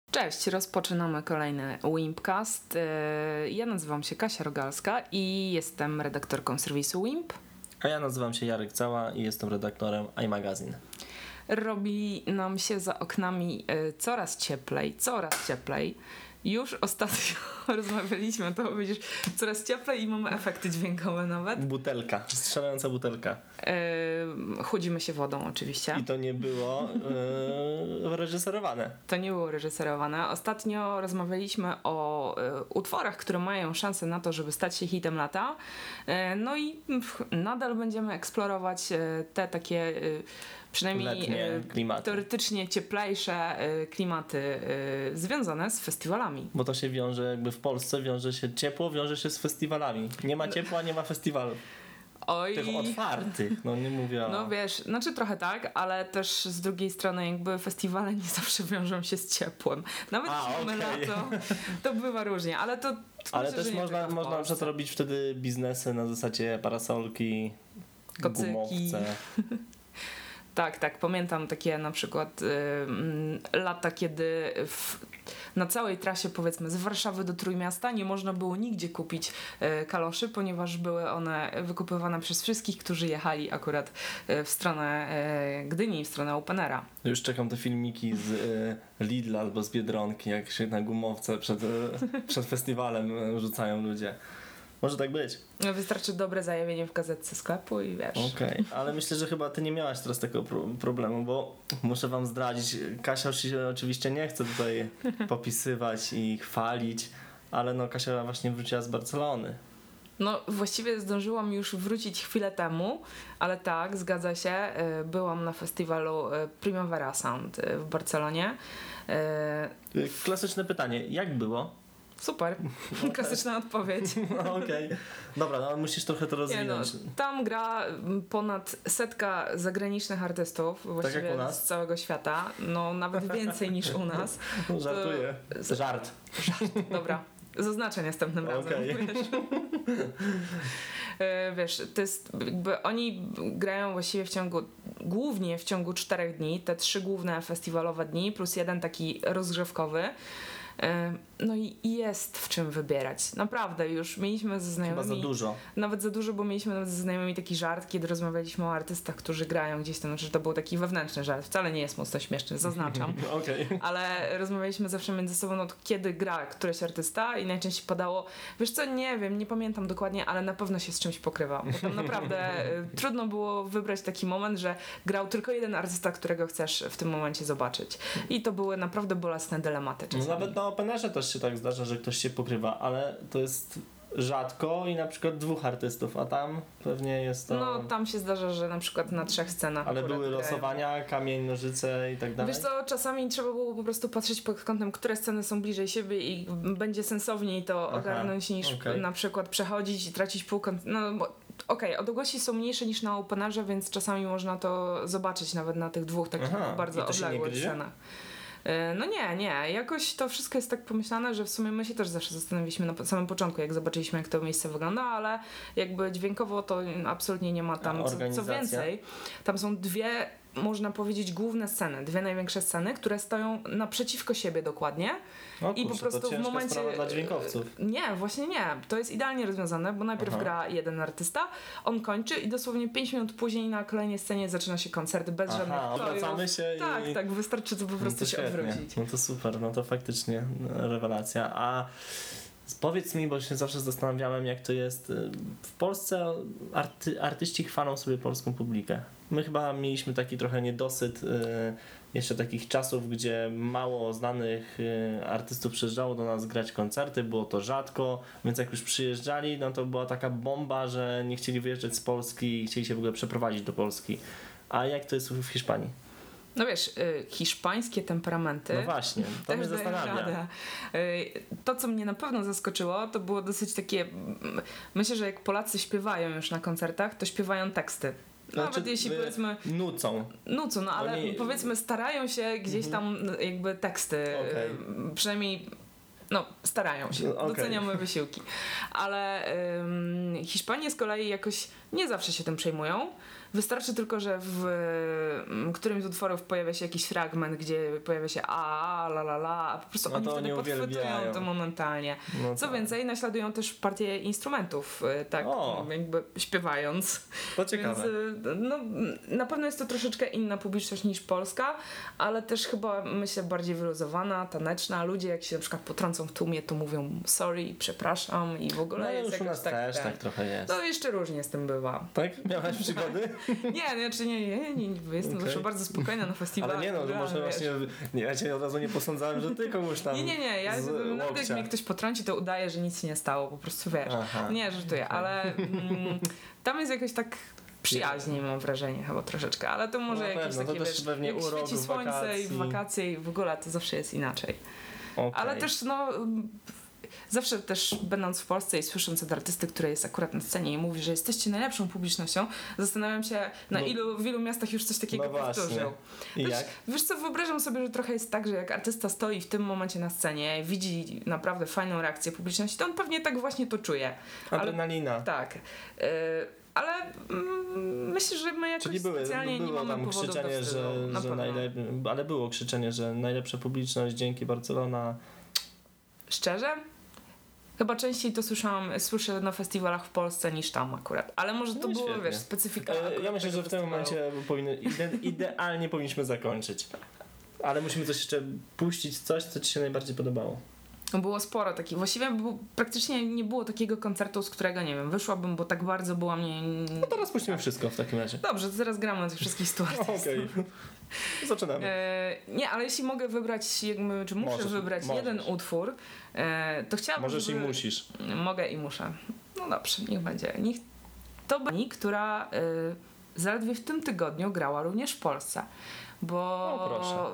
Cześć, rozpoczynamy kolejny Wimpcast. Ja nazywam się Kasia Rogalska i jestem redaktorką serwisu Wimp. A ja nazywam się Jarek Cała i jestem redaktorem iMagazine. Robi nam się za oknami coraz cieplej. Już ostatnio rozmawialiśmy, to widzisz, coraz cieplej i mamy efekty dźwiękowe nawet. Butelka, strzelająca butelka. Chudzimy się wodą oczywiście. I to nie było reżyserowane. To nie było reżyserowane. Ostatnio rozmawialiśmy o utworach, które mają szansę na to, żeby stać się hitem lata. No i nadal będziemy eksplorować te takie przynajmniej teoretycznie cieplejsze klimaty związane z festiwalami. Bo to się wiąże jakby w Polsce, wiąże się ciepło, wiąże się z festiwalami. Nie ma ciepła, nie ma festiwalu. Oj. Tych otwartych, no nie mówię o... No wiesz, znaczy trochę tak, ale też z drugiej strony jakby festiwale nie zawsze wiążą się z ciepłem. Nawet zimy, lato, to bywa różnie, ale to... Ale też można na przykład robić wtedy biznesy na zasadzie parasolki, kocyki, gumowce. Tak, pamiętam takie na przykład lata, kiedy na całej trasie powiedzmy z Warszawy do Trójmiasta nie można było nigdzie kupić kaloszy, ponieważ były one wykupywane przez wszystkich, którzy jechali akurat w stronę Gdyni, w stronę Openera. Już czekam te filmiki z Lidla albo z Biedronki, jak się na gumowce przed festiwalem rzucają ludzie. Może tak być. Wystarczy dobre zajawienie w gazetce sklepu i wiesz. Okej, ale myślę, że chyba ty nie miałaś teraz takiego problemu, bo muszę wam zdradzić, Kasia się oczywiście nie chce tutaj popisywać i chwalić, ale no Kasia właśnie wróciła z Barcelony. No właściwie zdążyłam już wrócić chwilę temu, ale tak, zgadza się, byłam na festiwalu Primavera Sound w Barcelonie. Klasyczne pytanie, jak było? Super, klasyczna odpowiedź. Okej. Dobra, no musisz trochę to rozwinąć. Tam gra ponad 100 zagranicznych artystów, właściwie tak jak u nas? z całego świata, no nawet więcej niż u nas. Żartuję. Żart. Dobra. Zaznaczę następnym razem. Wiesz, to jest jakby oni grają właściwie głównie w ciągu 4 dni, te 3 główne festiwalowe dni plus 1 taki rozgrzewkowy. No i jest w czym wybierać. Naprawdę, już mieliśmy ze znajomymi... Chyba za dużo. Nawet za dużo, bo mieliśmy nawet ze znajomymi taki żart, kiedy rozmawialiśmy o artystach, którzy grają gdzieś tam. Znaczy, to był taki wewnętrzny żart. Wcale nie jest mocno śmieszny, zaznaczam. Okay. Ale rozmawialiśmy zawsze między sobą, no kiedy gra któryś artysta i najczęściej padało, wiesz co, nie wiem, nie pamiętam dokładnie, ale na pewno się z czymś pokrywa. Bo tam naprawdę trudno było wybrać taki moment, że grał tylko jeden artysta, którego chcesz w tym momencie zobaczyć. I to były naprawdę bolesne dylematy czasami. No nawet na Openerze też się tak zdarza, że ktoś się pokrywa, ale to jest rzadko i na przykład 2 artystów, a tam pewnie jest to... No tam się zdarza, że na przykład na 3 scenach. Ale były losowania, kamień, nożyce i tak dalej? Wiesz co, czasami trzeba było po prostu patrzeć pod kątem, które sceny są bliżej siebie i będzie sensowniej to ogarnąć niż na przykład przechodzić i tracić pół no bo odległości są mniejsze niż na Openerze, więc czasami można to zobaczyć nawet na tych 2 takich bardzo odległych scenach. No nie, jakoś to wszystko jest tak pomyślane, że w sumie my się też zawsze zastanowiliśmy na samym początku, jak zobaczyliśmy, jak to miejsce wygląda, ale jakby dźwiękowo to absolutnie nie ma tam co więcej. Tam są 2, można powiedzieć, główne sceny, 2 największe sceny, które stoją naprzeciwko siebie dokładnie. I po prostu to w momencie dla dźwiękowców. Nie, właśnie nie. To jest idealnie rozwiązane, bo najpierw gra jeden artysta, on kończy i dosłownie 5 minut później na kolejnej scenie zaczyna się koncert bez żadnych obracamy się Tak, wystarczy to po prostu się odwrócić. No to super, no to faktycznie rewelacja. A powiedz mi, bo się zawsze zastanawiałem, jak to jest. W Polsce artyści chwalą sobie polską publikę. My chyba mieliśmy taki trochę niedosyt jeszcze takich czasów, gdzie mało znanych artystów przyjeżdżało do nas grać koncerty, było to rzadko, więc jak już przyjeżdżali, no to była taka bomba, że nie chcieli wyjeżdżać z Polski i chcieli się w ogóle przeprowadzić do Polski. A jak to jest w Hiszpanii? No wiesz, hiszpańskie temperamenty... No właśnie, to mnie zastanawia. To, co mnie na pewno zaskoczyło, to było dosyć takie... Myślę, że jak Polacy śpiewają już na koncertach, to śpiewają teksty. Nawet jeśli powiedzmy... Nucą, no ale powiedzmy starają się gdzieś tam jakby teksty, przynajmniej... No, starają się, doceniamy wysiłki. Ale Hiszpanie z kolei jakoś nie zawsze się tym przejmują. Wystarczy tylko, że w którymś z utworów pojawia się jakiś fragment, gdzie pojawia się a po prostu oni wtedy podchwytują to momentalnie. No co więcej, naśladują też partię instrumentów, tak jakby śpiewając. To ciekawe. Więc, na pewno jest to troszeczkę inna publiczność niż polska, ale też chyba, myślę, bardziej wyluzowana, taneczna. Ludzie jak się na przykład potrącą w tłumie, to mówią sorry, przepraszam i w ogóle jest już u nas też tak trochę jest. No jeszcze różnie z tym bywa. Tak? Miałaś przygody? Nie, jestem zawsze bardzo spokojna na festiwalu. Ale może właśnie, ja cię od razu nie posądzałem, że ty komuś tam Nie, ja nawet jak mnie ktoś potrąci, to udaje, że nic się nie stało, po prostu wiesz. Nie, żartuję, ale tam jest jakoś tak przyjaźniej, mam wrażenie, chyba troszeczkę, ale to może jakieś takie, to też pewnie jak urok, świeci słońce i w wakacje i w ogóle to zawsze jest inaczej. Ale też zawsze też będąc w Polsce i słysząc od artysty, który jest akurat na scenie i mówi, że jesteście najlepszą publicznością, zastanawiam się, w ilu miastach już coś takiego powtórzył. Wiesz co, wyobrażam sobie, że trochę jest tak, że jak artysta stoi w tym momencie na scenie, widzi naprawdę fajną reakcję publiczności, to on pewnie tak właśnie to czuje. Adrenalina. Tak. Ale myślę, że my jakoś specjalnie nie mamy powodu do wstydu. Ale było krzyczenie, że najlepsza publiczność dzięki Barcelona. Szczerze? Chyba częściej to słyszę na festiwalach w Polsce niż tam akurat. Ale może to było, wiesz, specyfika. Ja myślę, że w tym momencie idealnie powinniśmy zakończyć. Ale musimy coś jeszcze puścić, coś, co ci się najbardziej podobało. Było sporo takich. Właściwie praktycznie nie było takiego koncertu, z którego, nie wiem, wyszłabym, bo tak bardzo była mnie... No teraz puścimy wszystko w takim razie. Dobrze, to teraz gramy na tych wszystkich sytuacjach. Okej. Zaczynamy. Nie, ale jeśli mogę wybrać, czy muszę wybrać jeden utwór, to chciałabym... Możesz i musisz. Mogę i muszę. No dobrze, niech będzie. To będzie która zaledwie w tym tygodniu grała również w Polsce. Bo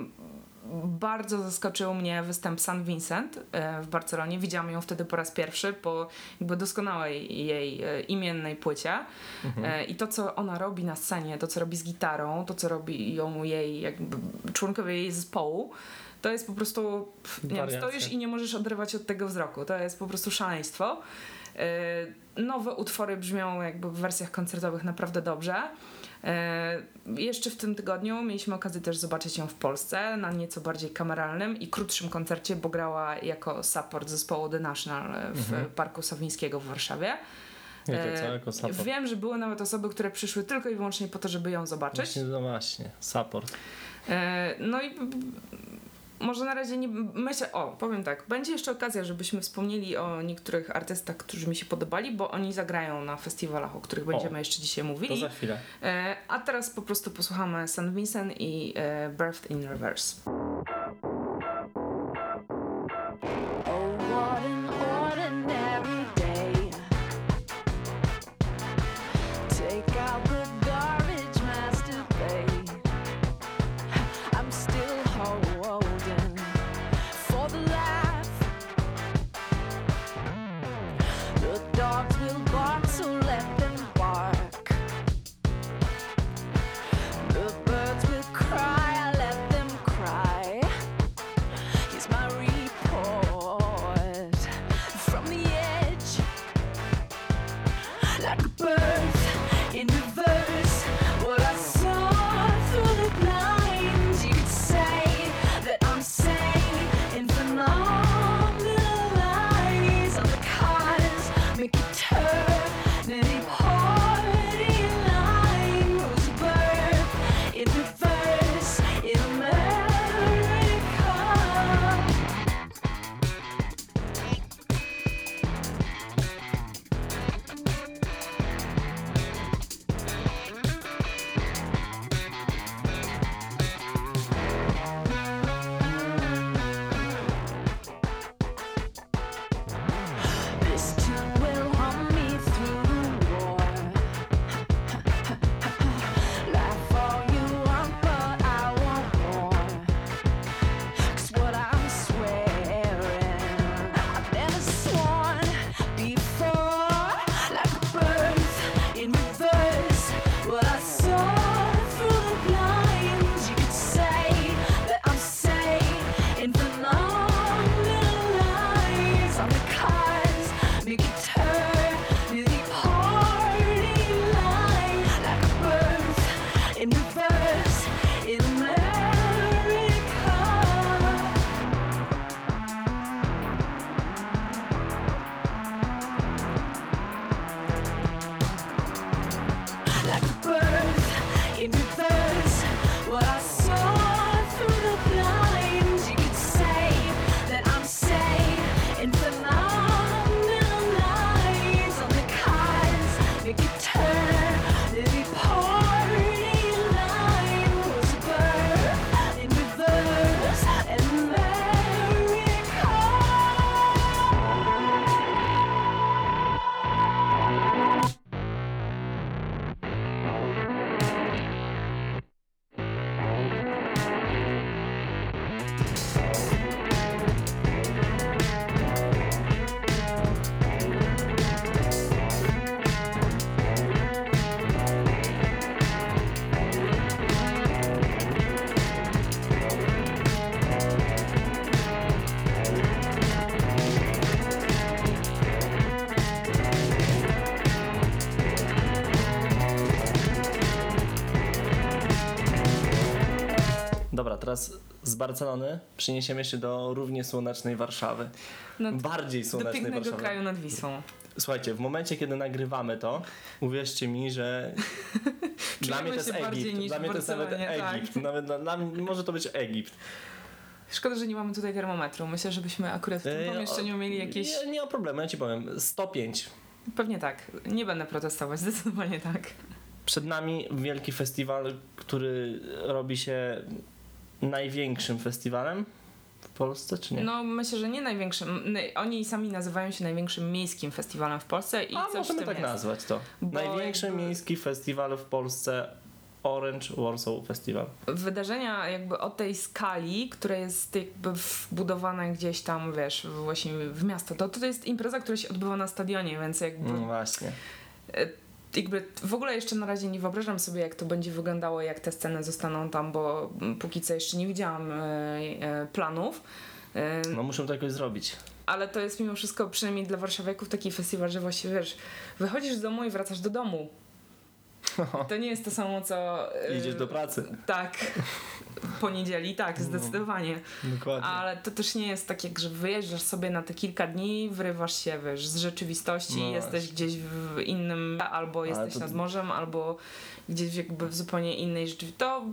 bardzo zaskoczył mnie występ San Vincent w Barcelonie. Widziałam ją wtedy po raz pierwszy po jakby doskonałej jej imiennej płycie. I to, co ona robi na scenie, to, co robi z gitarą, to, co robi jej jakby członkowie jej zespołu, to jest po prostu, nie wiem, stoisz i nie możesz oderwać od tego wzroku. To jest po prostu szaleństwo. Nowe utwory brzmią jakby w wersjach koncertowych naprawdę dobrze. Jeszcze w tym tygodniu mieliśmy okazję też zobaczyć ją w Polsce na nieco bardziej kameralnym i krótszym koncercie, bo grała jako support zespołu The National w Parku Sawińskiego w Warszawie. Wiem, że były nawet osoby, które przyszły tylko i wyłącznie po to, żeby ją zobaczyć. Właśnie, support. No i może na razie nie myślę, powiem tak, będzie jeszcze okazja, żebyśmy wspomnieli o niektórych artystach, którzy mi się podobali, bo oni zagrają na festiwalach, o których będziemy jeszcze dzisiaj mówili. To za chwilę. A teraz po prostu posłuchamy San Vincent i Birth in Reverse. The birds will cry, I let them cry. teraz z Barcelony przeniesiemy się do równie słonecznej Warszawy. Bardziej słonecznej do pięknego Warszawy. kraju nad Wisłą. Słuchajcie, w momencie, kiedy nagrywamy to, uwierzcie mi, że dla mnie to jest Egipt. Dla mnie to jest nawet Egipt. Nawet dla mnie może to być Egipt. Szkoda, że nie mamy tutaj termometru. Myślę, żebyśmy akurat w tym pomieszczeniu mieli jakieś... Nie ma problemu, ja ci powiem. 105. Pewnie tak. Nie będę protestować, zdecydowanie tak. Przed nami wielki festiwal, który robi się największym festiwalem w Polsce, czy nie? No myślę, że nie największym. Oni sami nazywają się największym miejskim festiwalem w Polsce i coś możemy w tym tak jest. nazwać to. Największy miejski festiwal w Polsce, Orange Warsaw Festival. Wydarzenia jakby o tej skali, która jest jakby wbudowana gdzieś tam, wiesz, właśnie w miasto, to jest impreza, która się odbywa na stadionie, więc jakby... No właśnie. Jakby w ogóle jeszcze na razie nie wyobrażam sobie, jak to będzie wyglądało, jak te sceny zostaną tam, bo póki co jeszcze nie widziałam planów. No muszą to jakoś zrobić. Ale to jest mimo wszystko, przynajmniej dla warszawiaków, taki festiwal, że właściwie wiesz, wychodzisz z domu i wracasz do domu. To nie jest to samo, co... Idziesz do pracy. Tak. Po niedzieli, tak, zdecydowanie. Dokładnie. Ale to też nie jest tak, jak że wyjeżdżasz sobie na te kilka dni, wyrywasz się, wiesz, z rzeczywistości, jesteś gdzieś w innym, albo jesteś nad morzem, albo gdzieś jakby w zupełnie innej rzeczywistości.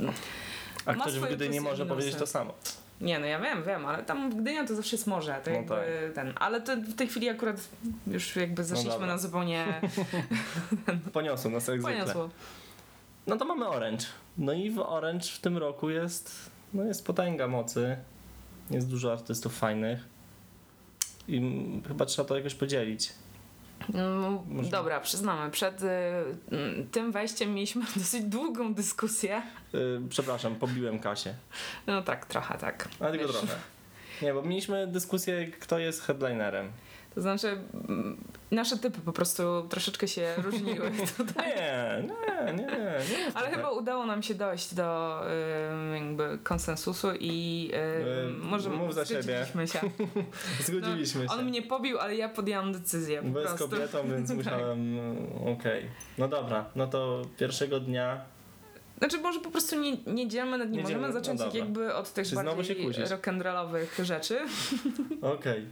A ktoś w Gdyni może powiedzieć to samo. Nie, no ja wiem, ale tam w Gdynia to zawsze jest morze, to jakby ale to w tej chwili akurat już jakby zeszliśmy na zupełnie... Poniosło nas jak zwykle. No to mamy Orange. No i w Orange w tym roku jest potęga mocy. Jest dużo artystów fajnych. I chyba trzeba to jakoś podzielić. Dobra, przyznamy. Przed tym wejściem mieliśmy dosyć długą dyskusję. Przepraszam, pobiłem Kasię. No tak, trochę tak. Ale tylko trochę. Nie, bo mieliśmy dyskusję, kto jest headlinerem. To znaczy, nasze typy po prostu troszeczkę się różniły tutaj. Nie. Ale chyba udało nam się dojść do jakby konsensusu i może zgodziliśmy się. Zgodziliśmy się. On mnie pobił, ale ja podjęłam decyzję. Bo jest kobietą, więc musiałem... Okej. No dobra, no to pierwszego dnia... Znaczy może po prostu nie dzielmy nad nim. Możemy zacząć jakby od tych bardziej rock'n'rollowych rzeczy. Okej.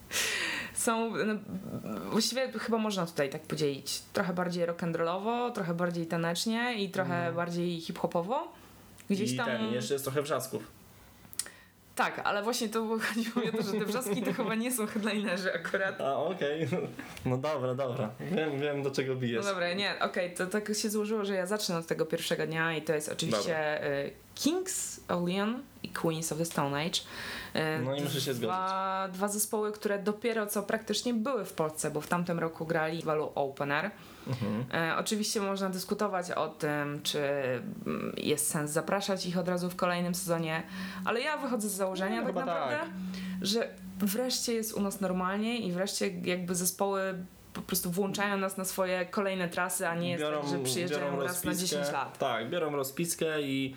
Są, właściwie chyba można tutaj tak podzielić. Trochę bardziej rock'n'rollowo, trochę bardziej tanecznie i trochę bardziej hip-hopowo. Gdzieś tam... jeszcze jest trochę wrzasków. Tak, ale właśnie to chodziło mi o to, że te wrzaski to chyba nie są headlinerzy akurat. A, okej. No dobra. Wiem do czego bijesz. No dobra, to tak się złożyło, że ja zacznę od tego pierwszego dnia i to jest oczywiście Kings of Leon i Queens of the Stone Age. No i muszę się zgodzić. Dwa zespoły, które dopiero co praktycznie były w Polsce, bo w tamtym roku grali w festiwalu Open Air. Oczywiście można dyskutować o tym, czy jest sens zapraszać ich od razu w kolejnym sezonie, ale ja wychodzę z założenia tak naprawdę, że wreszcie jest u nas normalnie i wreszcie jakby zespoły po prostu włączają nas na swoje kolejne trasy, a nie jest tak, że przyjeżdżają raz na 10 lat. Tak, biorą rozpiskę i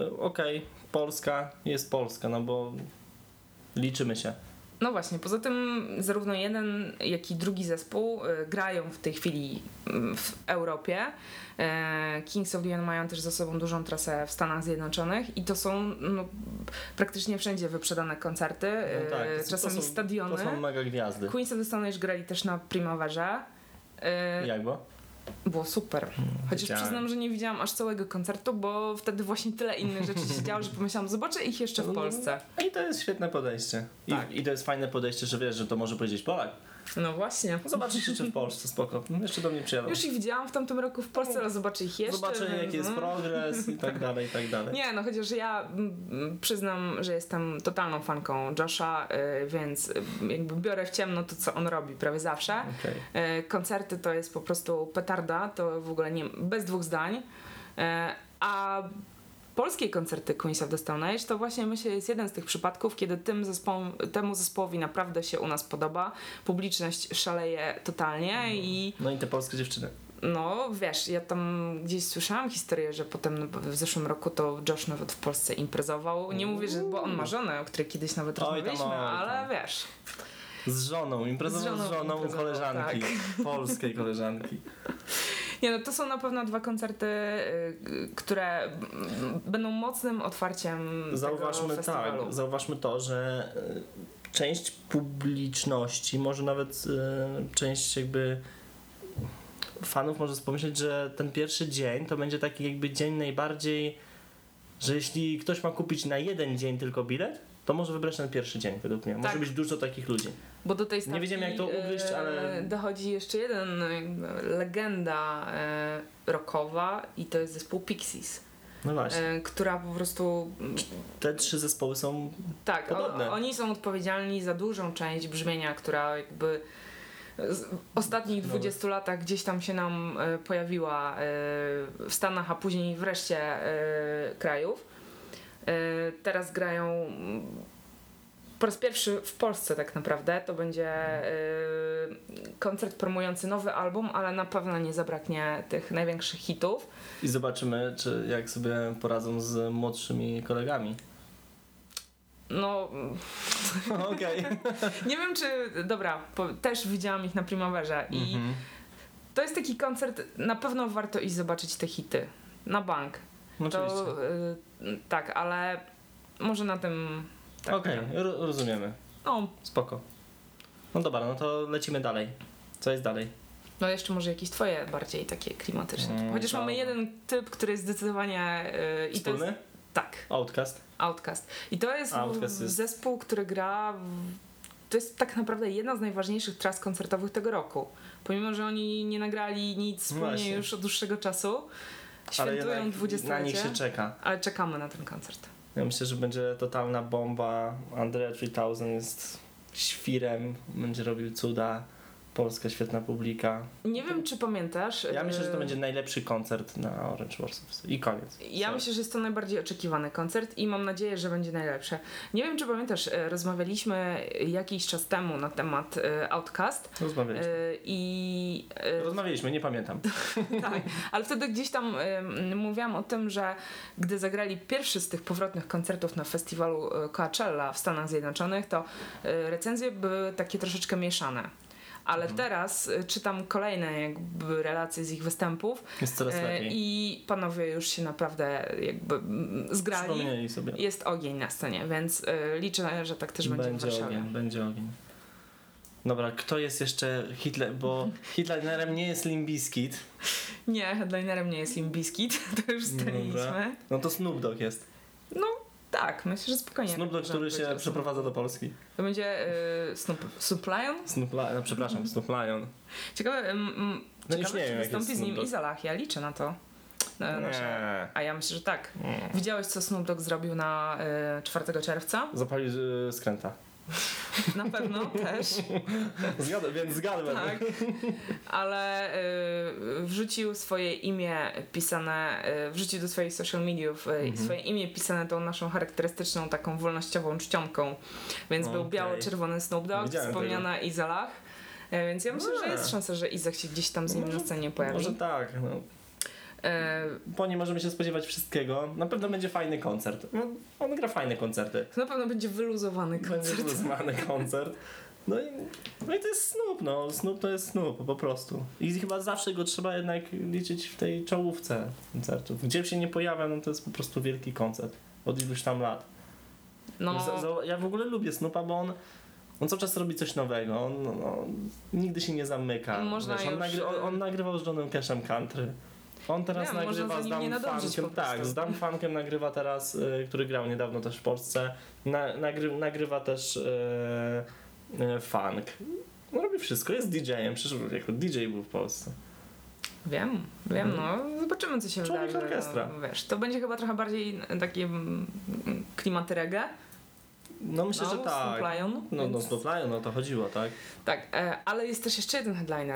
Polska jest Polska, no bo liczymy się. No właśnie, poza tym zarówno jeden, jak i drugi zespół grają w tej chwili w Europie. Kings of Leon mają też za sobą dużą trasę w Stanach Zjednoczonych i to są praktycznie wszędzie wyprzedane koncerty, czasami stadiony. To są mega gwiazdy. Queens of the Stone Age grali też na Primaverze. Jak było? Było super. Chociaż przyznam, że nie widziałam aż całego koncertu, bo wtedy właśnie tyle innych rzeczy się działo, że pomyślałam, zobaczę ich jeszcze w Polsce. I to jest świetne podejście. I to jest fajne podejście, że wiesz, że to może powiedzieć Polak. No właśnie. Zobaczysz jeszcze w Polsce, spoko. Jeszcze do mnie przyjadą. Już ich widziałam w tamtym roku w Polsce, ale zobaczę ich jeszcze. Zobaczę jaki jest progres i tak dalej, i tak dalej. Nie, no chociaż ja przyznam, że jestem totalną fanką Josha, więc jakby biorę w ciemno to, co on robi prawie zawsze. Koncerty to jest po prostu petarda, to w ogóle nie, bez dwóch zdań. A polskie koncerty Queens of the Stone Age to właśnie myślę jest jeden z tych przypadków, kiedy temu zespołowi naprawdę się u nas podoba. Publiczność szaleje totalnie i... No i te polskie dziewczyny. No wiesz, ja tam gdzieś słyszałam historię, że potem w zeszłym roku to Josh nawet w Polsce imprezował. Nie mówię, że bo on ma żonę, o której kiedyś nawet rozmawialiśmy, ale wiesz... Z żoną, imprezował z żoną koleżanki, polskiej koleżanki. Nie, no to są na pewno 2 koncerty, które będą mocnym otwarciem tego festiwalu. Tak, zauważmy to, że część publiczności, może nawet część jakby fanów może pomyśleć, że ten pierwszy dzień to będzie taki jakby dzień najbardziej, że jeśli ktoś ma kupić na jeden dzień tylko bilet, to może wybrać ten pierwszy dzień, według mnie. Może być dużo takich ludzi. Bo do tej stawki nie wiedziałem, jak to ugryźć, ale dochodzi jeszcze jeden legenda rockowa i to jest zespół Pixies. No właśnie. Która po prostu... Te 3 zespoły są podobne. Oni są odpowiedzialni za dużą część brzmienia, która jakby w ostatnich 20 latach gdzieś tam się nam pojawiła w Stanach, a później wreszcie krajów. Teraz grają po raz pierwszy w Polsce tak naprawdę. To będzie koncert promujący nowy album, ale na pewno nie zabraknie tych największych hitów. I zobaczymy, jak sobie poradzą z młodszymi kolegami. No... Okej. Nie wiem czy... Dobra, też widziałam ich na Primaverze i to jest taki koncert, na pewno warto iść zobaczyć te hity. Na bank. Oczywiście. Tak, ale może na tym... Tak, Okej, rozumiemy. No. Spoko. No dobra, no to lecimy dalej. Co jest dalej? No jeszcze może jakieś twoje bardziej takie klimatyczne. Chociaż mamy jeden typ, który jest zdecydowanie... Wspólny? I to jest, tak. Outcast. I to jest zespół, który gra... To jest tak naprawdę jedna z najważniejszych tras koncertowych tego roku. Pomimo, że oni nie nagrali nic wspólnie już od dłuższego czasu. Świętują 20-lecie. Na nich się czeka. Ale czekamy na ten koncert. Ja myślę, że będzie totalna bomba. Andre 3000 jest świrem, będzie robił cuda. Polska świetna publika. Nie wiem, czy pamiętasz. Ja myślę, że to będzie najlepszy koncert na Orange Warsaw. I koniec. Ja myślę, że jest to najbardziej oczekiwany koncert i mam nadzieję, że będzie najlepszy. Nie wiem, czy pamiętasz, rozmawialiśmy jakiś czas temu na temat Outcast. Rozmawialiśmy, nie pamiętam. Tak, ale wtedy gdzieś tam mówiłam o tym, że gdy zagrali pierwszy z tych powrotnych koncertów na festiwalu Coachella w Stanach Zjednoczonych, to recenzje były takie troszeczkę mieszane. Ale teraz czytam kolejne jakby relacje z ich występów. Jest coraz lepiej. I panowie już się naprawdę jakby zgrali. Przypomnieli sobie. Jest ogień na scenie, więc liczę, że tak też będzie w Warszawie. Będzie ogień. Dobra, kto jest jeszcze bo headlinerem nie jest Limp Bizkit. Nie, headlinerem nie jest Limp Bizkit, to już ustaliliśmy. No to Snoop Dogg jest. No tak, myślę, że spokojnie. Snoop Dogg, który się przeprowadza do Polski. To będzie Snoop Lion? Snoop Lion. Ciekawe, już nie wiem, wystąpi z nim Izalach, ja liczę na to. A ja myślę, że tak. Widziałeś, co Snoop Dogg zrobił na 4 czerwca? Zapalił skręta. Na pewno też. Więc zgadłem. Tak. Ale wrzucił swoje imię pisane, wrzucił do swoich social mediów swoje imię pisane tą naszą charakterystyczną taką wolnościową czcionką. Więc był biało-czerwony Snoop Dogg, wspomniana Izalach. Więc ja myślę, że jest szansa, że Izach się gdzieś tam z nim na scenie pojawi. Może tak, no. Po niej możemy się spodziewać wszystkiego. Na pewno będzie fajny koncert. On gra fajne koncerty. Na pewno będzie wyluzowany koncert. No i to jest Snoop, no. Snoop to jest Snoop, po prostu. I chyba zawsze go trzeba jednak liczyć w tej czołówce koncertów. Gdzie się nie pojawia, no to jest po prostu wielki koncert. Od iluś tam lat. Ja w ogóle lubię Snoopa, bo on cały czas robi coś nowego. On nigdy się nie zamyka. On nagrywał z Johnem Cashem country. On teraz nagrywa z Dan Funkiem. Tak, z Dan Funkiem nagrywa teraz, który grał niedawno też w Polsce. Nagrywa też funk. No, robi wszystko, jest DJ-em. Przecież jako DJ był w Polsce. Wiem, no zobaczymy, co się wydarzy. Orkiestra. No, wiesz, to będzie chyba trochę bardziej takie klimaty reggae. No myślę, że tak. Snoop Lion. No Snoop Lion, no to chodziło, tak? Tak, ale jest też jeszcze jeden headliner.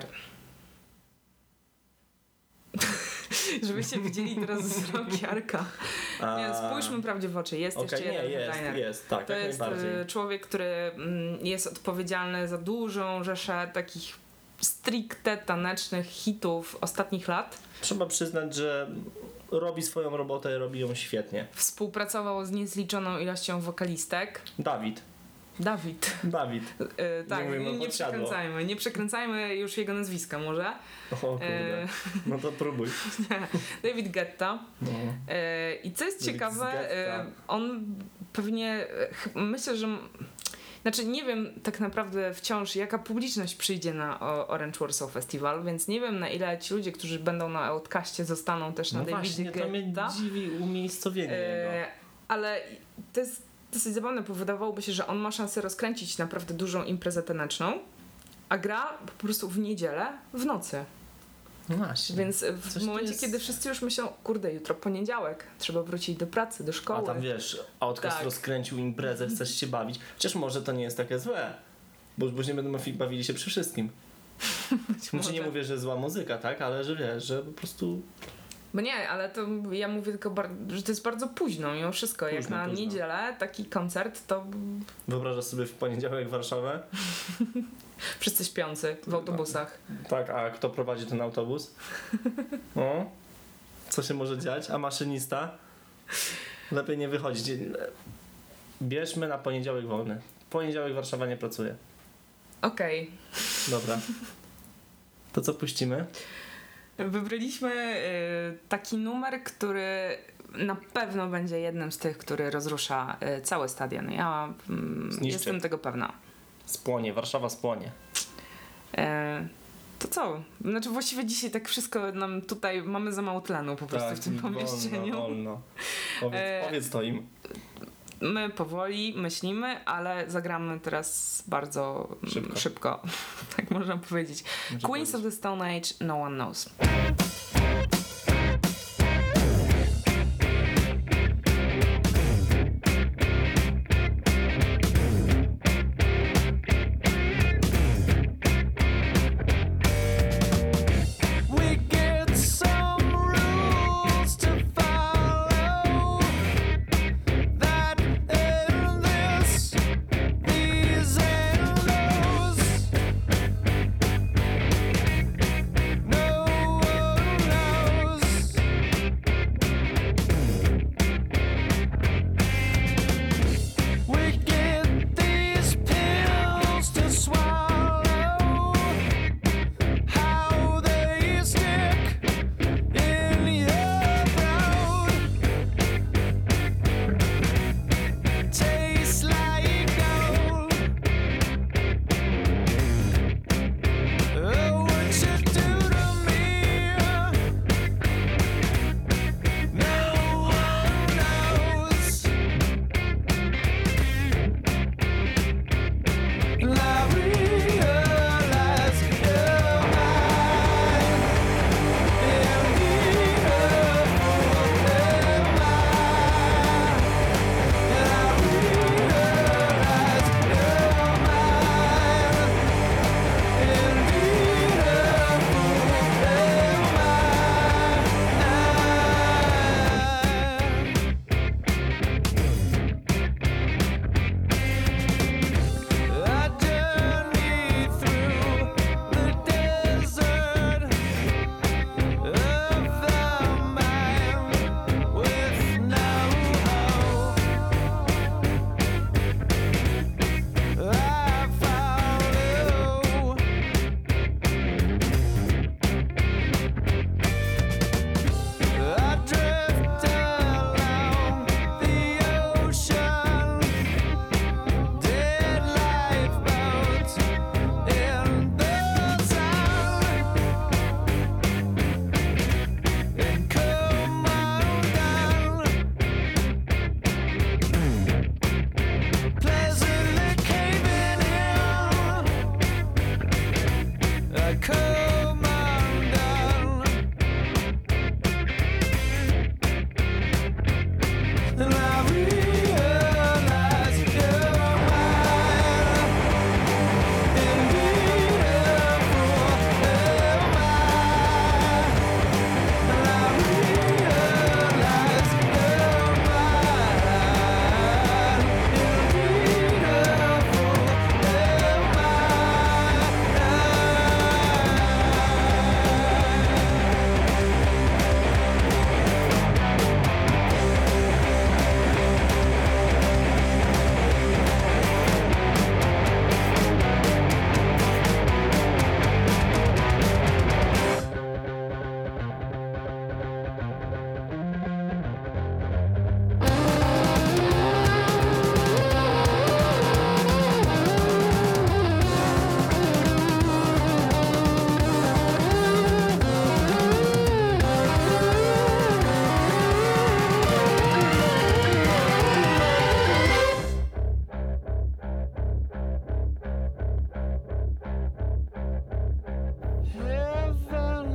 Żebyście widzieli teraz wzrok Jarka. Nie, spójrzmy prawdzie w oczy. Jest jeszcze jeden headliner. Jest, tak, to jak jest najbardziej. Człowiek, który jest odpowiedzialny za dużą rzeszę takich stricte tanecznych hitów ostatnich lat. Trzeba przyznać, że robi swoją robotę i robi ją świetnie. Współpracował z niezliczoną ilością wokalistek. Dawid. Dawid. Tak, nie przekręcajmy już jego nazwiska może. O kurde, no to próbuj. David Guetta. No. I co jest ciekawe, on pewnie, myślę, że znaczy nie wiem tak naprawdę wciąż jaka publiczność przyjdzie na Orange Warsaw Festival, więc nie wiem na ile ci ludzie, którzy będą na Outcastie zostaną też na Davidzie Guetta. To mnie dziwi umiejscowienie jego. Ale to jest dosyć zabawne, bo wydawałoby się, że on ma szansę rozkręcić naprawdę dużą imprezę taneczną, a gra po prostu w niedzielę w nocy. No właśnie. Więc w momencie, kiedy wszyscy już myślą, kurde, jutro poniedziałek, trzeba wrócić do pracy, do szkoły. A tam wiesz, Outcast rozkręcił imprezę, chcesz się bawić. Chociaż może to nie jest takie złe, bo już później będą bawili się przy wszystkim. Może nie mówię, że zła muzyka, tak? Ale że wiesz, że po prostu... Bo nie, ale to ja mówię tylko, że to jest bardzo późno mimo wszystko. Późno, jak na niedzielę taki koncert, to... Wyobrażasz sobie w poniedziałek Warszawę? Wszyscy śpiący w autobusach. Tak, a kto prowadzi ten autobus? O, co się może dziać? A maszynista? Lepiej nie wychodzić. Bierzmy na poniedziałek wolny. Poniedziałek Warszawa nie pracuje. Okej. Dobra. To co puścimy? Wybraliśmy taki numer, który na pewno będzie jednym z tych, który rozrusza cały stadion. Ja jestem tego pewna. Spłonie, Warszawa spłonie. To co? Znaczy właściwie dzisiaj tak wszystko nam tutaj mamy za mało tlenu po prostu w tym pomieszczeniu. Wolno. Powiedz to im. My powoli myślimy, ale zagramy teraz bardzo szybko. Tak można powiedzieć. Queens of the Stone Age, No One Knows. No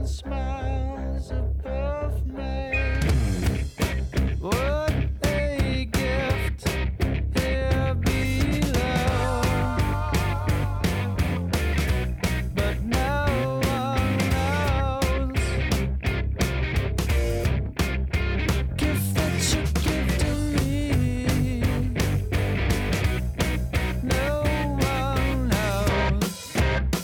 smiles above me. What a gift here below. But no one knows. Gift that you give to me. No one knows.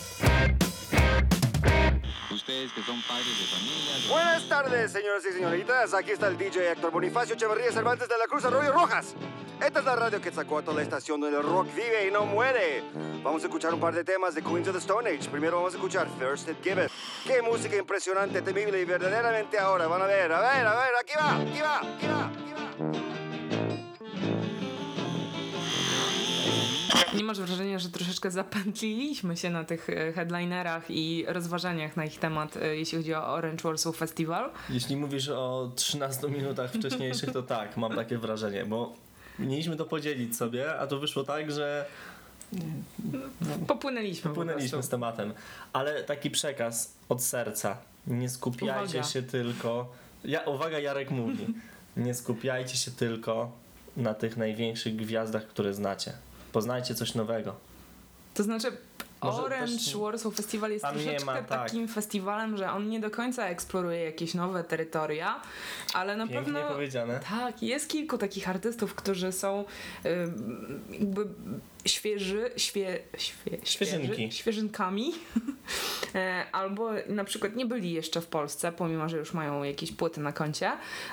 Ustedes que son padres de familia. Buenas tardes, señoras y señoritas. Aquí está el DJ Héctor Bonifacio Echeverría Cervantes de la Cruz Arroyo Rojas. Esta es la radio Quetzalcóatl, la estación donde el rock vive y no muere. Vamos a escuchar un par de temas de Queens of the Stone Age. Primero vamos a escuchar First It Giveth. Qué música impresionante, temible y verdaderamente ahora. Van a ver, aquí va. Nie masz wrażenia, że troszeczkę zapętliliśmy się na tych headlinerach i rozważaniach na ich temat, jeśli chodzi o Orange Warsaw Festival? Jeśli mówisz o 13 minutach wcześniejszych, to tak, mam takie wrażenie, bo mieliśmy to podzielić sobie, a to wyszło tak, że Popłynęliśmy z tematem. Ale taki przekaz od serca. Nie skupiajcie się tylko... Uwaga, Jarek mówi. Nie skupiajcie się tylko na tych największych gwiazdach, które znacie. Poznajcie coś nowego. To znaczy Może Orange też Warsaw Festival jest tam nie troszeczkę ma, tak. takim festiwalem, że on nie do końca eksploruje jakieś nowe terytoria, ale na Pięknie pewno... powiedziane. Tak, jest kilku takich artystów, którzy są jakby świeżynkami albo na przykład nie byli jeszcze w Polsce, pomimo że już mają jakieś płyty na koncie.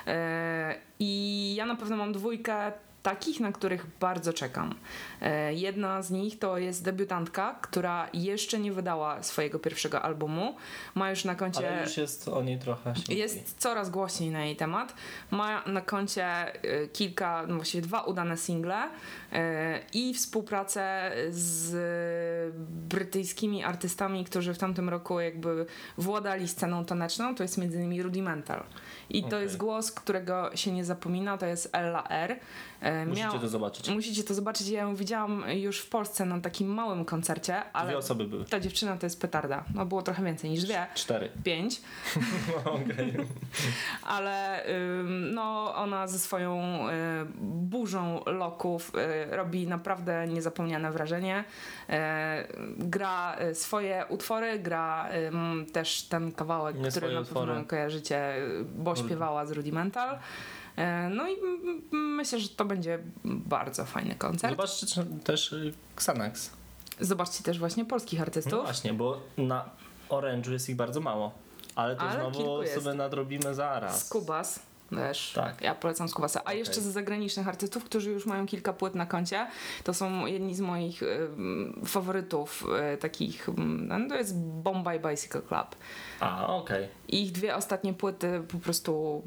I ja na pewno mam dwójkę takich, na których bardzo czekam. Jedna z nich to jest debiutantka, która jeszcze nie wydała swojego pierwszego albumu. Ma już na koncie... Ale już jest o niej trochę się Jest mówi. coraz głośniej na jej temat. Ma na koncie kilka, właściwie 2 udane single i współpracę z brytyjskimi artystami, którzy w tamtym roku jakby władali sceną taneczną. To jest m.in. Rudimental. I to jest głos, którego się nie zapomina. To jest Ella R. Musicie to zobaczyć. Musicie to zobaczyć. Ja ją widziałam już w Polsce na takim małym koncercie, ale 2 osoby były. ta dziewczyna to jest petarda. No było trochę więcej niż 2. 4. 5. Okej. Ale no ona ze swoją burzą loków robi naprawdę niezapomniane wrażenie. Gra swoje utwory, gra też ten kawałek, Nie który na pewno kojarzycie, bo śpiewała z Rudimental. No i myślę, że to będzie bardzo fajny koncert. Zobaczcie też Xanax. Zobaczcie też właśnie polskich artystów. No właśnie, bo na Orange'u jest ich bardzo mało. Ale to znowu kilku sobie nadrobimy zaraz. Skubas też. Tak. Ja polecam Skubasa. A jeszcze z zagranicznych artystów, którzy już mają kilka płyt na koncie, to są jedni z moich faworytów takich, to jest Bombay Bicycle Club. A, okej. Ich 2 ostatnie płyty po prostu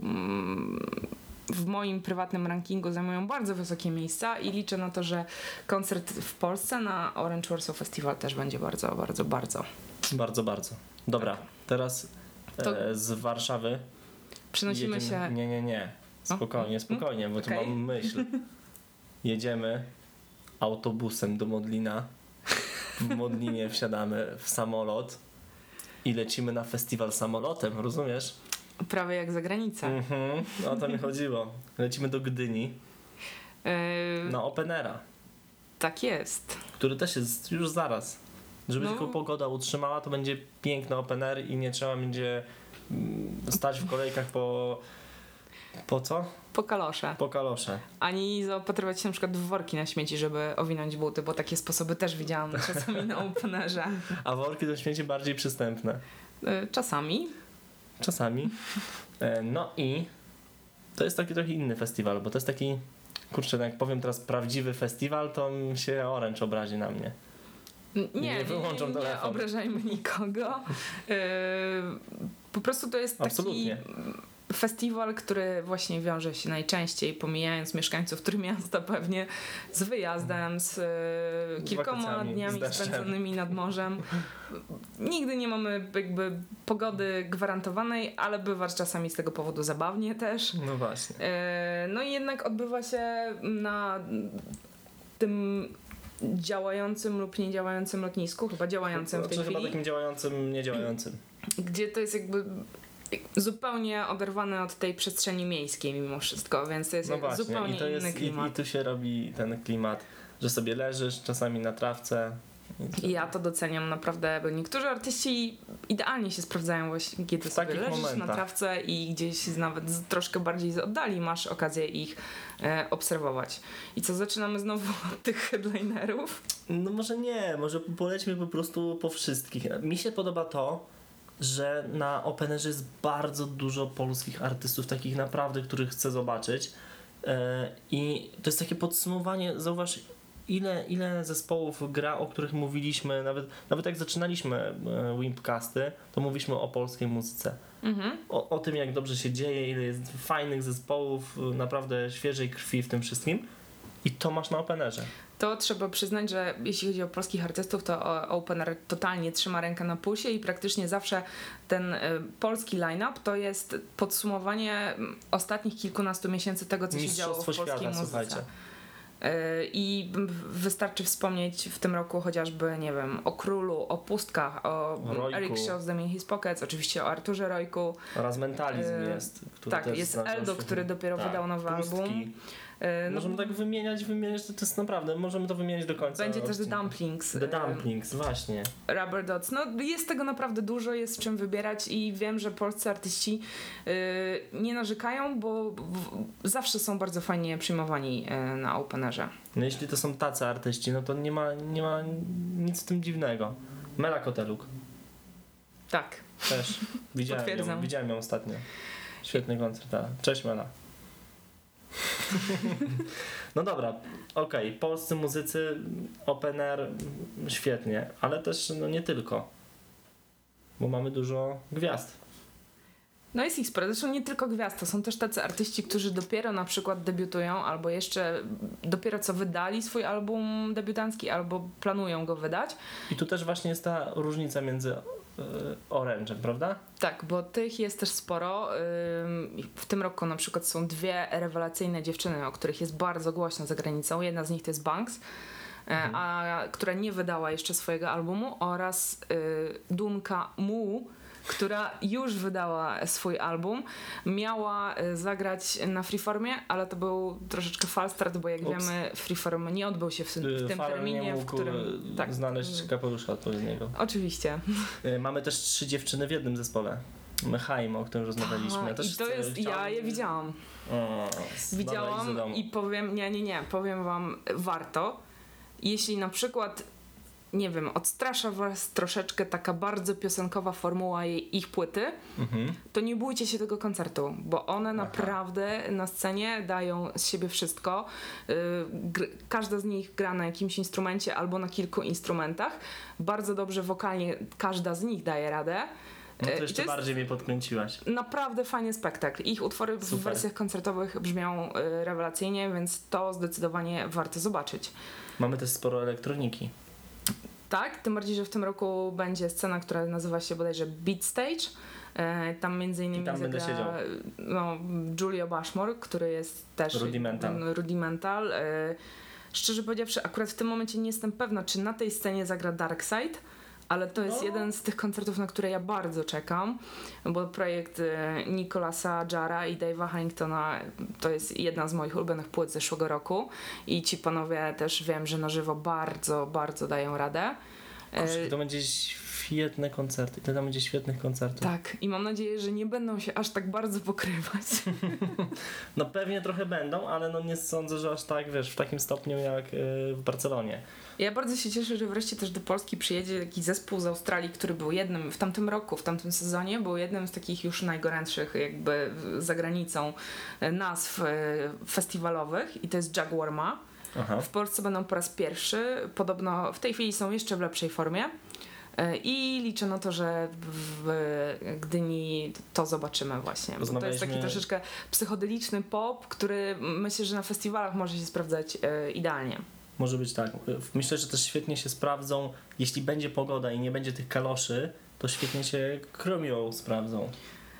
w moim prywatnym rankingu zajmują bardzo wysokie miejsca i liczę na to, że koncert w Polsce na Orange Warsaw Festival też będzie bardzo, bardzo, bardzo. Bardzo, bardzo. Dobra, teraz To z Warszawy przenosimy się... Nie. Spokojnie, bo tu Okej. mam myśl. Jedziemy autobusem do Modlina. W Modlinie wsiadamy w samolot i lecimy na festiwal samolotem, rozumiesz? Prawie jak za granicę. O to mi chodziło. Lecimy do Gdyni na Openera, Tak jest. który też jest już zaraz. Żeby No. tylko pogoda utrzymała, to będzie piękny open air i nie trzeba będzie stać w kolejkach po co? Po kalosze. Po kalosze. Ani zaopatrywać się na przykład w worki na śmieci, żeby owinąć buty, bo takie sposoby też widziałam czasami na openerze. A worki do śmieci bardziej przystępne. Czasami. Czasami. No i to jest taki trochę inny festiwal, bo to jest taki, kurczę, no jak powiem teraz prawdziwy festiwal, to się Orange obrazi na mnie. Nie wyłączam telefon. Nie obrażajmy nikogo. Po prostu to jest taki Absolutnie. festiwal, który właśnie wiąże się najczęściej, pomijając mieszkańców Trójmiasta pewnie, z wyjazdem, z kilkoma wakacjami, dniami z deszczem. spędzonymi nad morzem. Nigdy nie mamy jakby pogody gwarantowanej, ale bywa czasami z tego powodu zabawnie też. No właśnie. No i jednak odbywa się na tym działającym lub niedziałającym lotnisku, chyba działającym w tej Chyba chwili. takim działającym, niedziałającym. gdzie to jest jakby zupełnie oderwane od tej przestrzeni miejskiej mimo wszystko, więc to jest zupełnie inny klimat. I tu się robi ten klimat, że sobie leżysz czasami na trawce. I ja to doceniam naprawdę, bo niektórzy artyści idealnie się sprawdzają właśnie, kiedy sobie leżysz na trawce i gdzieś nawet troszkę bardziej z oddali masz okazję ich obserwować. I co, zaczynamy znowu od tych headlinerów? No może nie, może polećmy po prostu po wszystkich. Mi się podoba to, że na Openerze jest bardzo dużo polskich artystów, takich naprawdę, których chcę zobaczyć. I to jest takie podsumowanie, zauważ, ile zespołów gra, o których mówiliśmy, nawet jak zaczynaliśmy Wimpcasty, to mówiliśmy o polskiej muzyce. O tym, jak dobrze się dzieje, ile jest fajnych zespołów, naprawdę świeżej krwi w tym wszystkim. I to masz na Openerze. To trzeba przyznać, że jeśli chodzi o polskich artystów, to Opener totalnie trzyma rękę na pulsie i praktycznie zawsze ten polski line-up to jest podsumowanie ostatnich kilkunastu miesięcy tego, co się działo w polskiej muzyce. Słuchajcie. I wystarczy wspomnieć w tym roku chociażby, nie wiem, o Królu, o Pustkach, o Eric Shows Them in His Pockets, oczywiście o Arturze Rojku. Oraz Mentalizm jest. Który tak, jest Eldo, który dopiero wydał nowy album. Możemy tak wymieniać, to jest naprawdę, możemy to wymieniać do końca. Będzie też The Dumplings. The Dumplings, właśnie. Rubber Dots. No jest tego naprawdę dużo, jest w czym wybierać i wiem, że polscy artyści nie narzekają, bo zawsze są bardzo fajnie przyjmowani na Openerze. No jeśli to są tacy artyści, no to nie ma nic w tym dziwnego. Mela Koteluk. Tak. Też. Widziałem ją ostatnio. Świetny koncert. Cześć Mela. No dobra, okej, polscy muzycy, Open Air, świetnie, ale też no nie tylko, bo mamy dużo gwiazd. No jest ich sporo, zresztą nie tylko gwiazd, to są też tacy artyści, którzy dopiero na przykład debiutują, albo jeszcze dopiero co wydali swój album debiutancki, albo planują go wydać. I tu też właśnie jest ta różnica między Orange'em, prawda? Tak, bo tych jest też sporo. W tym roku na przykład są dwie rewelacyjne dziewczyny, o których jest bardzo głośno za granicą. Jedna z nich to jest Banks, która nie wydała jeszcze swojego albumu, oraz Dunka Mu, która już wydała swój album. Miała zagrać na Freeformie, ale to był troszeczkę fal start, bo jak wiemy, Freeform nie odbył się w tym terminie, w którym... Tak, znaleźć kapelusza odpowiedniego. Oczywiście. Mamy też 3 dziewczyny w jednym zespole. Mechaim, o którym rozmawialiśmy. I to jest... Ja je widziałam. Widziałam i powiem... Nie. Powiem wam, warto. Jeśli na przykład... nie wiem, odstrasza was troszeczkę taka bardzo piosenkowa formuła ich płyty, to nie bójcie się tego koncertu, bo one naprawdę na scenie dają z siebie wszystko. Każda z nich gra na jakimś instrumencie albo na kilku instrumentach. Bardzo dobrze wokalnie każda z nich daje radę. No to jeszcze bardziej mnie podkręciłaś. Naprawdę fajny spektakl. Ich utwory w wersjach koncertowych brzmią rewelacyjnie, więc to zdecydowanie warto zobaczyć. Mamy też sporo elektroniki. Tak, tym bardziej, że w tym roku będzie scena, która nazywa się bodajże Beat Stage. Tam między innymi zagra Julio Bashmore, który jest też Rudimental. Szczerze powiedziawszy, akurat w tym momencie nie jestem pewna, czy na tej scenie zagra Darkside, ale to jest jeden z tych koncertów, na które ja bardzo czekam, bo projekt Nicolasa Jara i Dave'a Harringtona to jest jedna z moich ulubionych płyt zeszłego roku i ci panowie też wiem, że na żywo bardzo, bardzo dają radę. To będzie świetne koncerty. To będzie świetnych koncertów. Tak, i mam nadzieję, że nie będą się aż tak bardzo pokrywać. No pewnie trochę będą, ale no nie sądzę, że aż tak, wiesz, w takim stopniu jak w Barcelonie. Ja bardzo się cieszę, że wreszcie też do Polski przyjedzie taki zespół z Australii, który był jednym w tamtym roku, w tamtym sezonie, był jednym z takich już najgorętszych jakby za granicą nazw festiwalowych i to jest Jaguar Ma. W Polsce będą po raz pierwszy, podobno w tej chwili są jeszcze w lepszej formie i liczę na to, że w Gdyni to zobaczymy właśnie, bo to jest taki troszeczkę psychodeliczny pop, który myślę, że na festiwalach może się sprawdzać idealnie. Może być tak. Myślę, że też świetnie się sprawdzą, jeśli będzie pogoda i nie będzie tych kaloszy, to świetnie się Chromio sprawdzą.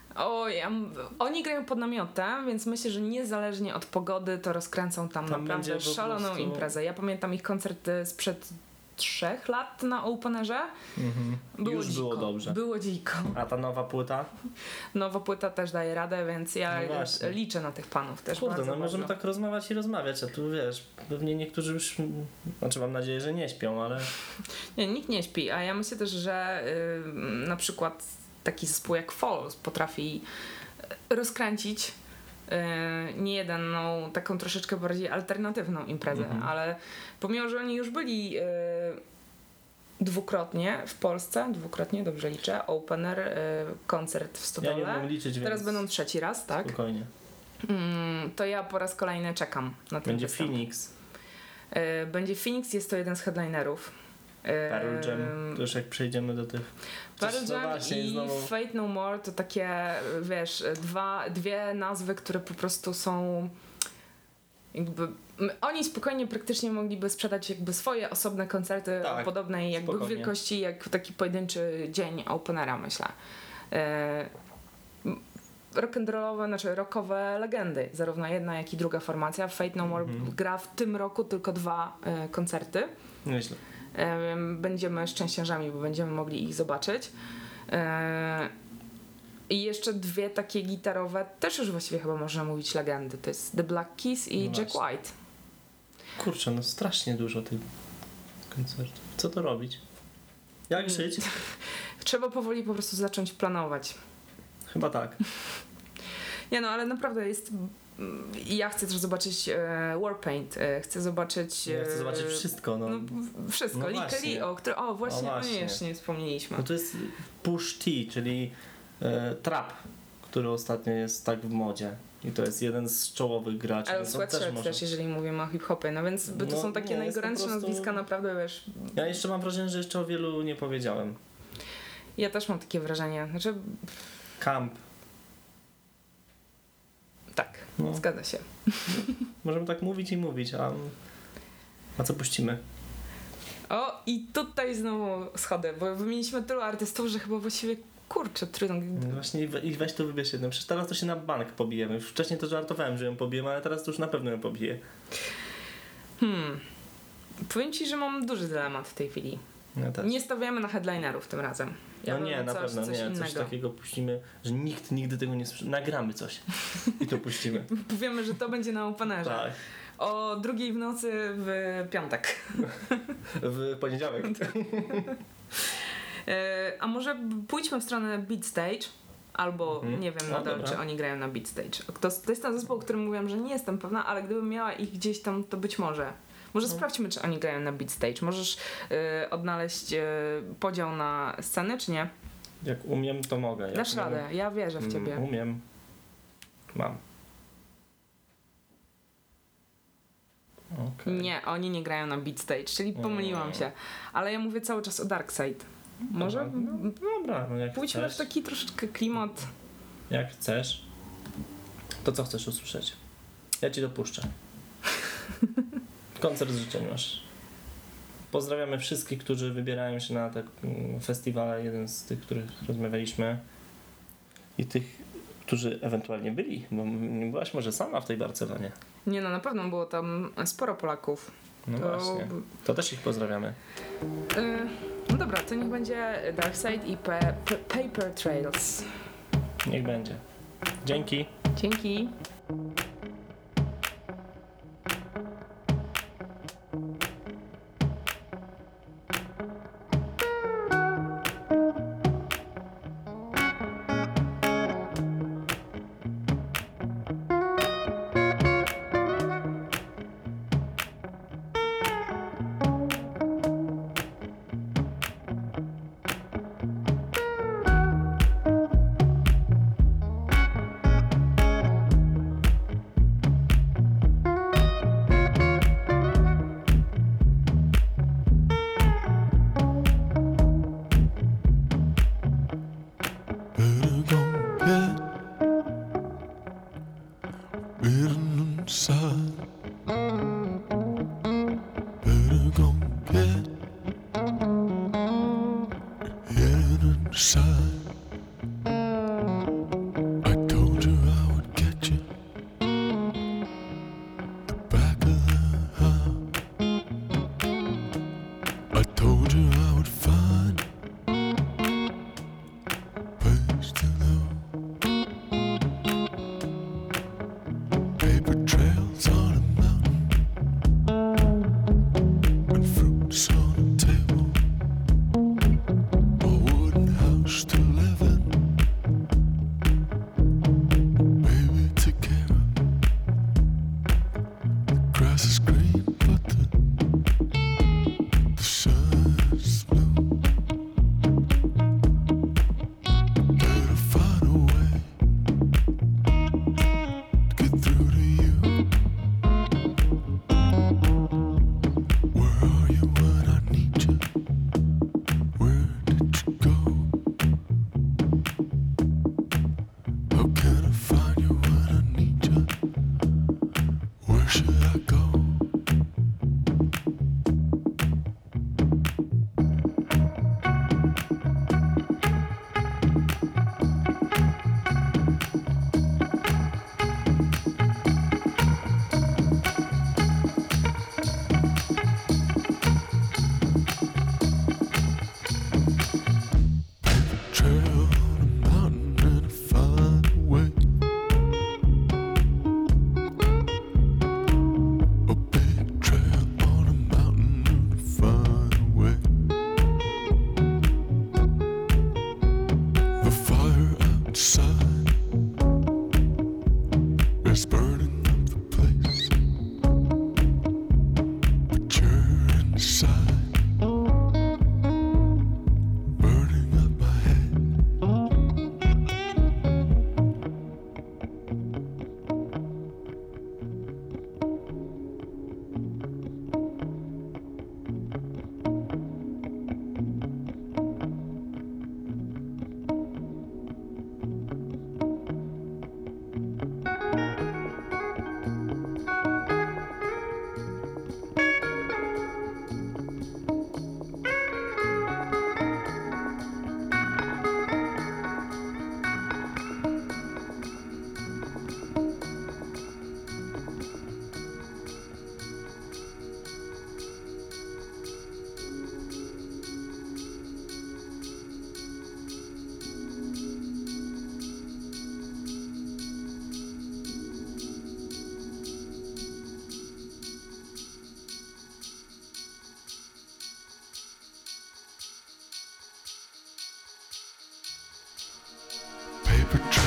Oni grają pod namiotem, więc myślę, że niezależnie od pogody to rozkręcą tam naprawdę szaloną imprezę. Ja pamiętam ich koncert sprzed 3 lat na Openerze. Już dziko. było dobrze. Było dziko. A ta nowa płyta? Nowa płyta też daje radę, więc ja właśnie. liczę na tych panów też Kurde, bardzo, no możemy bardzo. tak rozmawiać i rozmawiać, a tu wiesz, pewnie niektórzy już, znaczy mam nadzieję, że nie śpią, ale... Nie, nikt nie śpi, a ja myślę też, że na przykład taki zespół jak Falls potrafi rozkręcić niejedną taką troszeczkę bardziej alternatywną imprezę, ale pomimo, że oni już byli dwukrotnie w Polsce, dobrze liczę, opener, koncert w Stodole. Ja nie umiem liczyć, Teraz więc będą 3. raz, tak? spokojnie. To ja po raz kolejny czekam na ten Będzie występ. Phoenix, Będzie Phoenix, jest to jeden z headlinerów. Pearl Jam, to już jak przejdziemy do tych... Pearl Chociaż Jam właśnie i znowu- Fate No More to takie, wiesz, dwie nazwy, które po prostu są jakby... Oni spokojnie praktycznie mogliby sprzedać jakby swoje osobne koncerty Tak, o podobnej jakby spokojnie. wielkości jak taki pojedynczy dzień openera, myślę. Rock'n'rollowe, znaczy rockowe legendy, zarówno jedna jak i druga formacja. Fate No More gra w tym roku tylko 2 koncerty. Nieźle. Będziemy szczęściarzami, bo będziemy mogli ich zobaczyć. I jeszcze 2 takie gitarowe, też już właściwie chyba można mówić legendy. To jest The Black Keys i No Jack właśnie. White. Kurczę, no strasznie dużo tych koncertów. Co to robić? Jak żyć? Trzeba powoli po prostu zacząć planować. Chyba tak. Nie no, ale naprawdę jest... Ja chcę też zobaczyć Warpaint, chcę zobaczyć... Ja chcę zobaczyć wszystko, no. Wszystko. No Like właśnie. Leo, który... O, właśnie, No właśnie. jeszcze nie wspomnieliśmy. No to jest Push T, czyli trap, który ostatnio jest tak w modzie. I to jest jeden z czołowych graczy. Ale więc on Sweatshirt może... też, jeżeli mówimy o hip-hopie, no więc to No są takie nie, jest po najgorętsze prostu- nazwiska, naprawdę, wiesz... Ja jeszcze mam wrażenie, że jeszcze o wielu nie powiedziałem. Ja też mam takie wrażenie, znaczy... Camp. Tak, No. zgadza się. Możemy tak mówić i mówić, a co puścimy? O, i tutaj znowu schody, bo wymieniliśmy tylu artystów, że chyba właściwie, kurczę, trudno. No właśnie i weź to wybierz jedną. Przecież teraz to się na bank pobijemy. Już wcześniej to żartowałem, że ją pobijemy, ale teraz to już na pewno ją pobiję. Powiem ci, że mam duży dylemat w tej chwili. Ja też. Nie stawiamy na headlinerów tym razem. Ja No bym nie, na pewno coś nie. innego. Coś takiego puścimy, że nikt nigdy tego nie słyszy. Nagramy coś i to puścimy. Powiemy, że to będzie na openerze. Tak. O 2 w nocy w piątek. W poniedziałek. A może pójdźmy w stronę Beat Stage, albo nie wiem No nadal, dobra. czy oni grają na Beat Stage. To jest ten zespół, o którym mówiłam, że nie jestem pewna, ale gdybym miała ich gdzieś tam, to być może. Może sprawdźmy, czy oni grają na Beat Stage. Możesz odnaleźć podział na sceny, czy nie? Jak umiem, to mogę. Jak Dasz nie radę, ja wierzę w ciebie. Umiem. Mam. Okay. Nie, oni nie grają na Beat Stage, czyli pomyliłam się. Ale ja mówię cały czas o Dark Side. Może Dobra, no jak pójdźmy chcesz. w taki troszeczkę klimat. Jak chcesz. To co chcesz usłyszeć? Ja ci dopuszczę. Koncert życzeń masz. Pozdrawiamy wszystkich, którzy wybierają się na te festiwale, jeden z tych, których rozmawialiśmy. I tych, którzy ewentualnie byli, bo nie byłaś może sama w tej Barcelonie. Nie no, na pewno było tam sporo Polaków. No To- właśnie. To też ich pozdrawiamy. No dobra, to niech będzie Dark Side i Paper Trails. Niech będzie. Dzięki. Dzięki. Better go get written inside. Better go get hidden inside. I told you I would get you. The back of the house. I Told you I would find place to live. Paper trails on a mountain and fruits on a table. A wooden house to live in. Baby, take care of. The grass is green, but the sun is blue. Better find a way to get through to you. Where are you when I need you? Where did you go? How can I find you when I need you? Where should I go? Trail on a mountain and I find a way. A big trail on a mountain and I find a way. The fire outside is burning up the place, but you're inside, burning up my head. Paper